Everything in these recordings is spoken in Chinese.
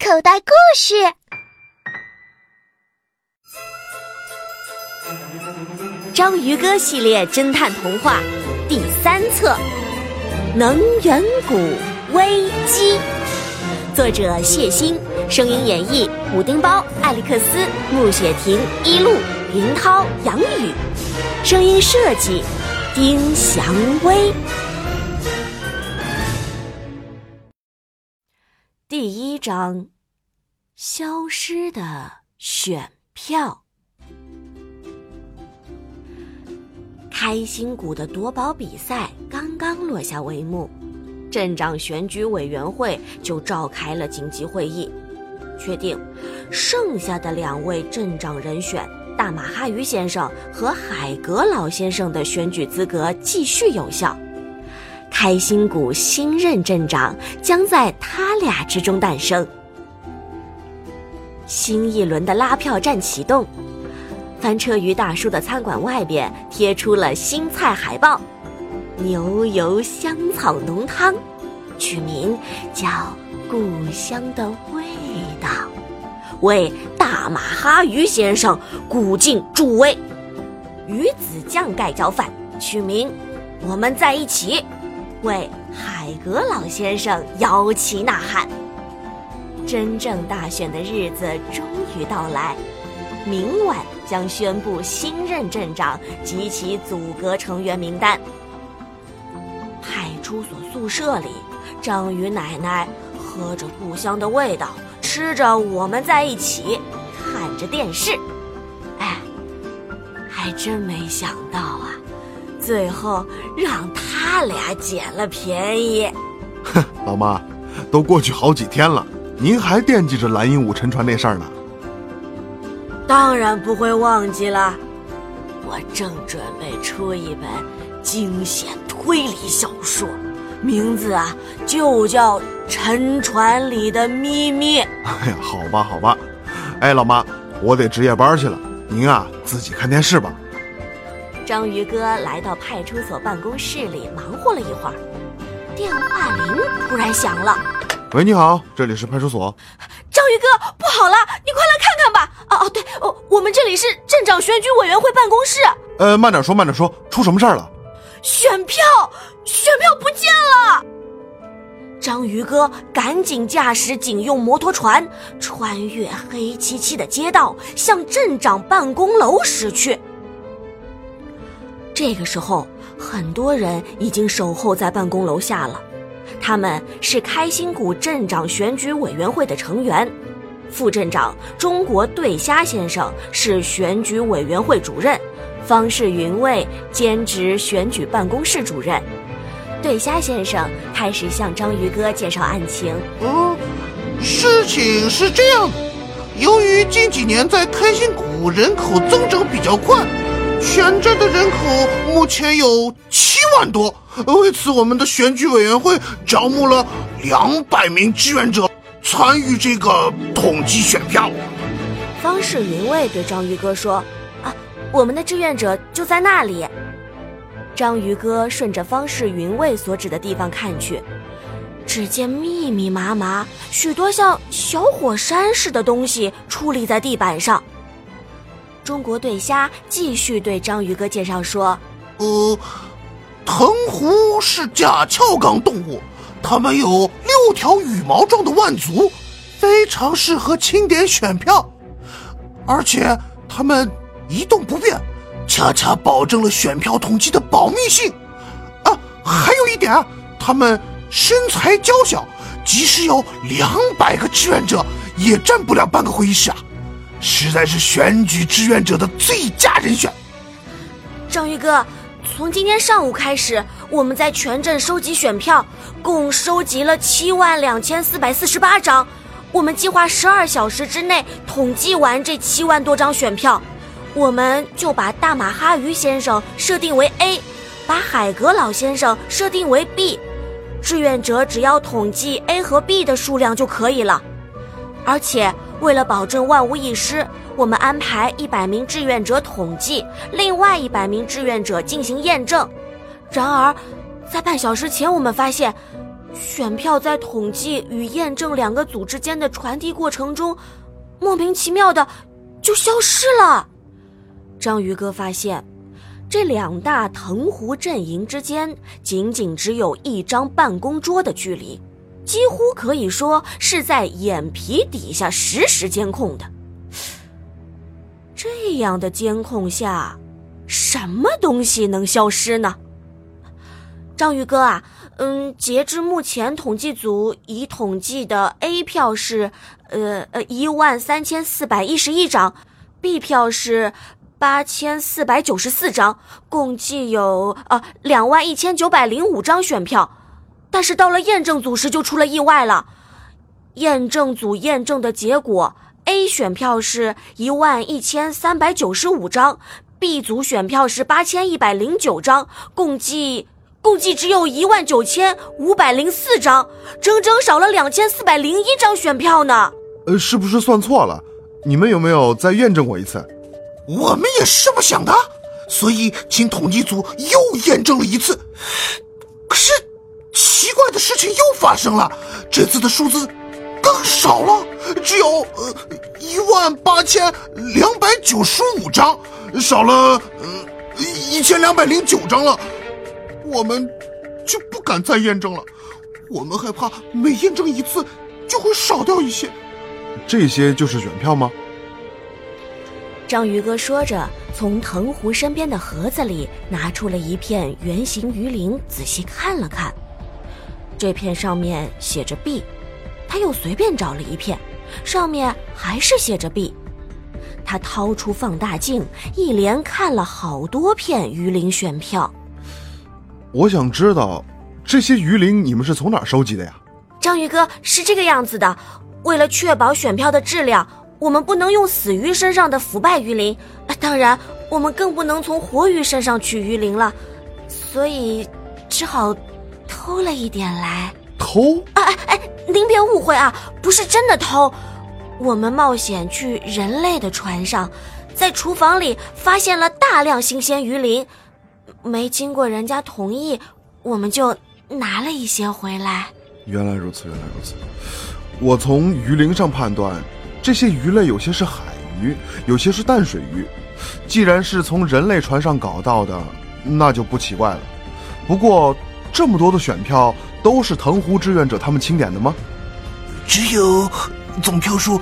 口袋故事。 章鱼哥系列侦探童话第3册《能源谷危机》，作者谢欣，声音演绎补丁包、艾利克斯、穆雪婷、一路、云涛、杨宇，声音设计丁祥威。第1章，消失的选票。开心谷的夺宝比赛刚刚落下帷幕，镇长选举委员会就召开了紧急会议，确定剩下的2位镇长人选大马哈鱼先生和海格老先生的选举资格继续有效。开心谷新任镇长将在他俩之中诞生。新一轮的拉票战启动，翻车鱼大叔的餐馆外边贴出了新菜海报，牛油香草浓汤，取名叫故乡的味道，为大马哈鱼先生鼓劲助威。鱼子酱盖浇饭，取名我们在一起，为海格老先生摇旗呐喊。真正大选的日子终于到来，明晚将宣布新任镇长及其组阁成员名单。派出所宿舍里，章鱼奶奶喝着故乡的味道，吃着我们在一起，看着电视。还真没想到啊，最后让他俩捡了便宜。 哼，老妈，都过去好几天了，您还惦记着蓝鹦鹉沉船那事儿呢？ 当然不会忘记了，我正准备出一本惊险推理小说，名字就叫《沉船里的秘密》。 哎呀，好吧。哎，老妈，我得值夜班去了，您自己看电视吧。 章鱼哥来到派出所办公室里忙活了一会儿，电话铃突然响了。 喂，你好，这里是派出所。 章鱼哥，不好了，你快来看看吧！对，我们这里是镇长选举委员会办公室。 慢点说，出什么事儿了？ 选票不见了！章鱼哥赶紧驾驶警用摩托船，穿越黑漆漆的街道，向镇长办公楼驶去。这个时候，很多人已经守候在办公楼下了。他们是开心谷镇长选举委员会的成员，副镇长中国对虾先生是选举委员会主任，方世云卫兼职选举办公室主任。对虾先生开始向章鱼哥介绍案情。 事情是这样的，由于近几年在开心谷人口增长比较快，全镇的人口目前有7万多，为此我们的选举委员会招募了200名志愿者参与这个统计选票。 方世云卫对章鱼哥说，我们的志愿者就在那里。章鱼哥顺着方世云卫所指的地方看去，只见密密麻麻许多像小火山似的东西矗立在地板上。中国对虾继续对章鱼哥介绍说， 藤壶是甲壳纲动物，它们有6条羽毛状的腕足，非常适合清点选票，而且它们一动不变，恰恰保证了选票统计的保密性。还有一点，它们身材娇小，即使有200个志愿者也占不了半个会议室实在是选举志愿者的最佳人选。 章鱼哥，从今天上午开始，我们在全镇收集选票，共收集了72448张。我们计划12小时之内统计完这7万多张选票。我们就把大马哈鱼先生设定为 A， 把海格老先生设定为 B。志愿者只要统计 A 和 B 的数量就可以了。而且为了保证万无一失，我们安排100名志愿者统计，另外100名志愿者进行验证。然而在半小时前，我们发现选票在统计与验证两个组之间的传递过程中，莫名其妙的就消失了。章鱼哥发现，这两大藤壶阵营之间仅仅只有一张办公桌的距离，几乎可以说是在眼皮底下实时监控的。这样的监控下，什么东西能消失呢？章鱼哥啊，截至目前统计组已统计的 A 票是13411张， B 票是8494张，共计有21905张选票。但是到了验证组时就出了意外了，验证组验证的结果 A 选票是11395张， B 组选票是8109张，共计只有19504张，整整少了2401张选票呢。 是不是算错了？你们有没有再验证过一次？ 我们也是这么想的，所以请统计组又验证了一次。可是奇怪的事情又发生了，这次的数字更少了，只有18295张，少了1209张了。我们就不敢再验证了，我们害怕每验证一次就会少掉一些。 这些就是选票吗？ 章鱼哥说着，从藤壶身边的盒子里拿出了一片圆形鱼鳞，仔细看了看。这片上面写着 B， 他又随便找了一片，上面还是写着 B。他掏出放大镜，一连看了好多片鱼鳞选票。 我想知道，这些鱼鳞你们是从哪儿收集的呀？ 章鱼哥，是这个样子的，为了确保选票的质量，我们不能用死鱼身上的腐败鱼鳞，当然我们更不能从活鱼身上取鱼鳞了，所以只好偷了一点来。 偷？ 您别误会啊，不是真的偷。我们冒险去人类的船上，在厨房里发现了大量新鲜鱼鳞，没经过人家同意，我们就拿了一些回来。 原来如此，原来如此。我从鱼鳞上判断，这些鱼类有些是海鱼，有些是淡水鱼。既然是从人类船上搞到的，那就不奇怪了。不过这么多的选票都是藤壶志愿者他们清点的吗？ 只有总票数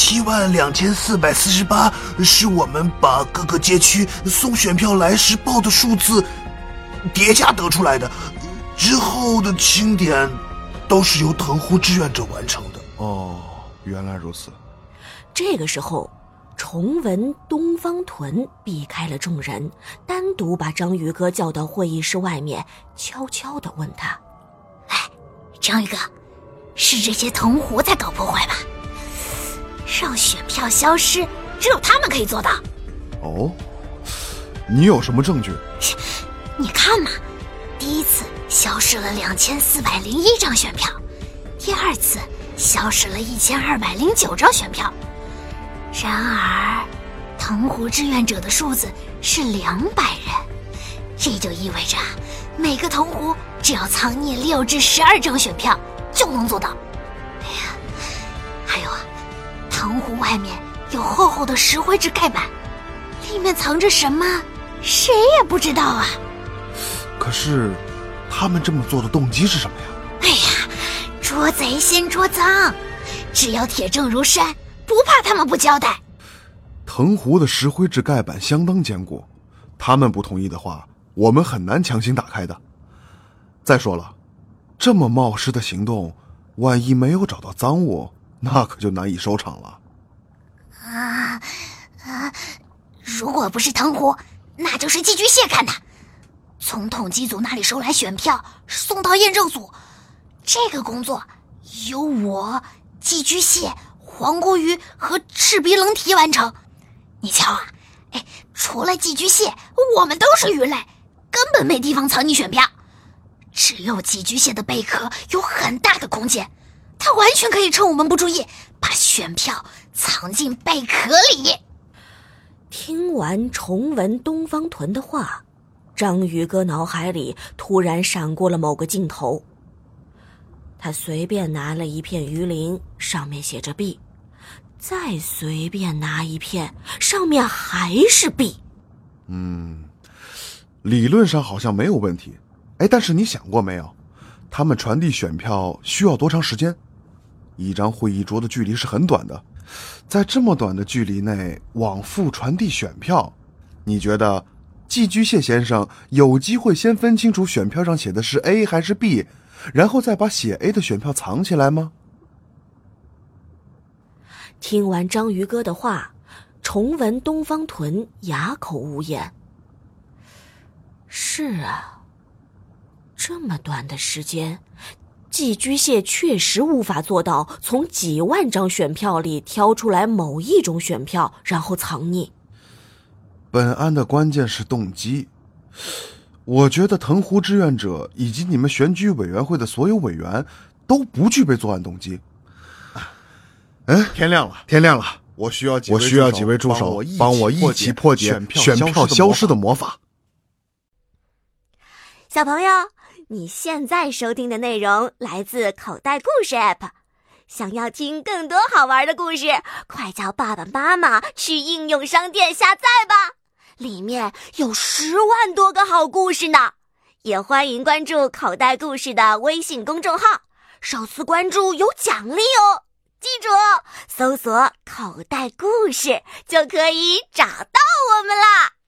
72448是我们把各个街区送选票来时报的数字叠加得出来的，之后的清点都是由藤壶志愿者完成的。 哦，原来如此。 这个时候，重文东方豚避开了众人，单独把章鱼哥叫到会议室外面，悄悄地问他： 章鱼哥，是这些藤壶在搞破坏吧？让选票消失，只有他们可以做到。 哦，你有什么证据？ 你看嘛，第一次消失了2401张选票，第二次消失了1209张选票。然而藤壶志愿者的数字是200人，这就意味着每个藤壶只要藏匿6至12张选票就能做到。还有藤壶外面有厚厚的石灰质盖板，里面藏着什么谁也不知道啊。 可是他们这么做的动机是什么呀？ 捉贼先捉赃，只要铁证如山，不怕他们不交代。 藤壶的石灰质盖板相当坚固，他们不同意的话，我们很难强行打开的。再说了，这么冒失的行动，万一没有找到赃物，那可就难以收场了。 如果不是藤壶，那就是寄居蟹干的。从统计组那里收来选票，送到验证组，这个工作由我、寄居蟹、黄骨鱼和赤鼻棱蹄完成。你瞧除了寄居蟹，我们都是鱼类，根本没地方藏匿选票。只有寄居蟹的贝壳有很大的空间，它完全可以趁我们不注意，把选票藏进贝壳里。 听完重文东方豚的话，章鱼哥脑海里突然闪过了某个镜头。 他随便拿了一片鱼鳞，上面写着 B， 再随便拿一片，上面还是 B。 理论上好像没有问题。但是你想过没有，他们传递选票需要多长时间？一张会议桌的距离是很短的，在这么短的距离内往复传递选票，你觉得寄居蟹先生有机会先分清楚选票上写的是 A 还是 B， 然后再把写 A 的选票藏起来吗？ 听完章鱼哥的话，重闻东方豚哑口无言。是啊，这么短的时间，寄居蟹确实无法做到从几万张选票里挑出来某一种选票，然后藏匿。 本案的关键是动机。我觉得藤湖志愿者以及你们选举委员会的所有委员都不具备作案动机。天亮了，我需要几位助手帮我一起破解选票消失的魔法。 小朋友，你现在收听的内容来自口袋故事 App。 想要听更多好玩的故事，快叫爸爸妈妈去应用商店下载吧，里面有10万多个好故事呢。也欢迎关注口袋故事的微信公众号，首次关注有奖励哦。记住，搜索口袋故事就可以找到我们啦。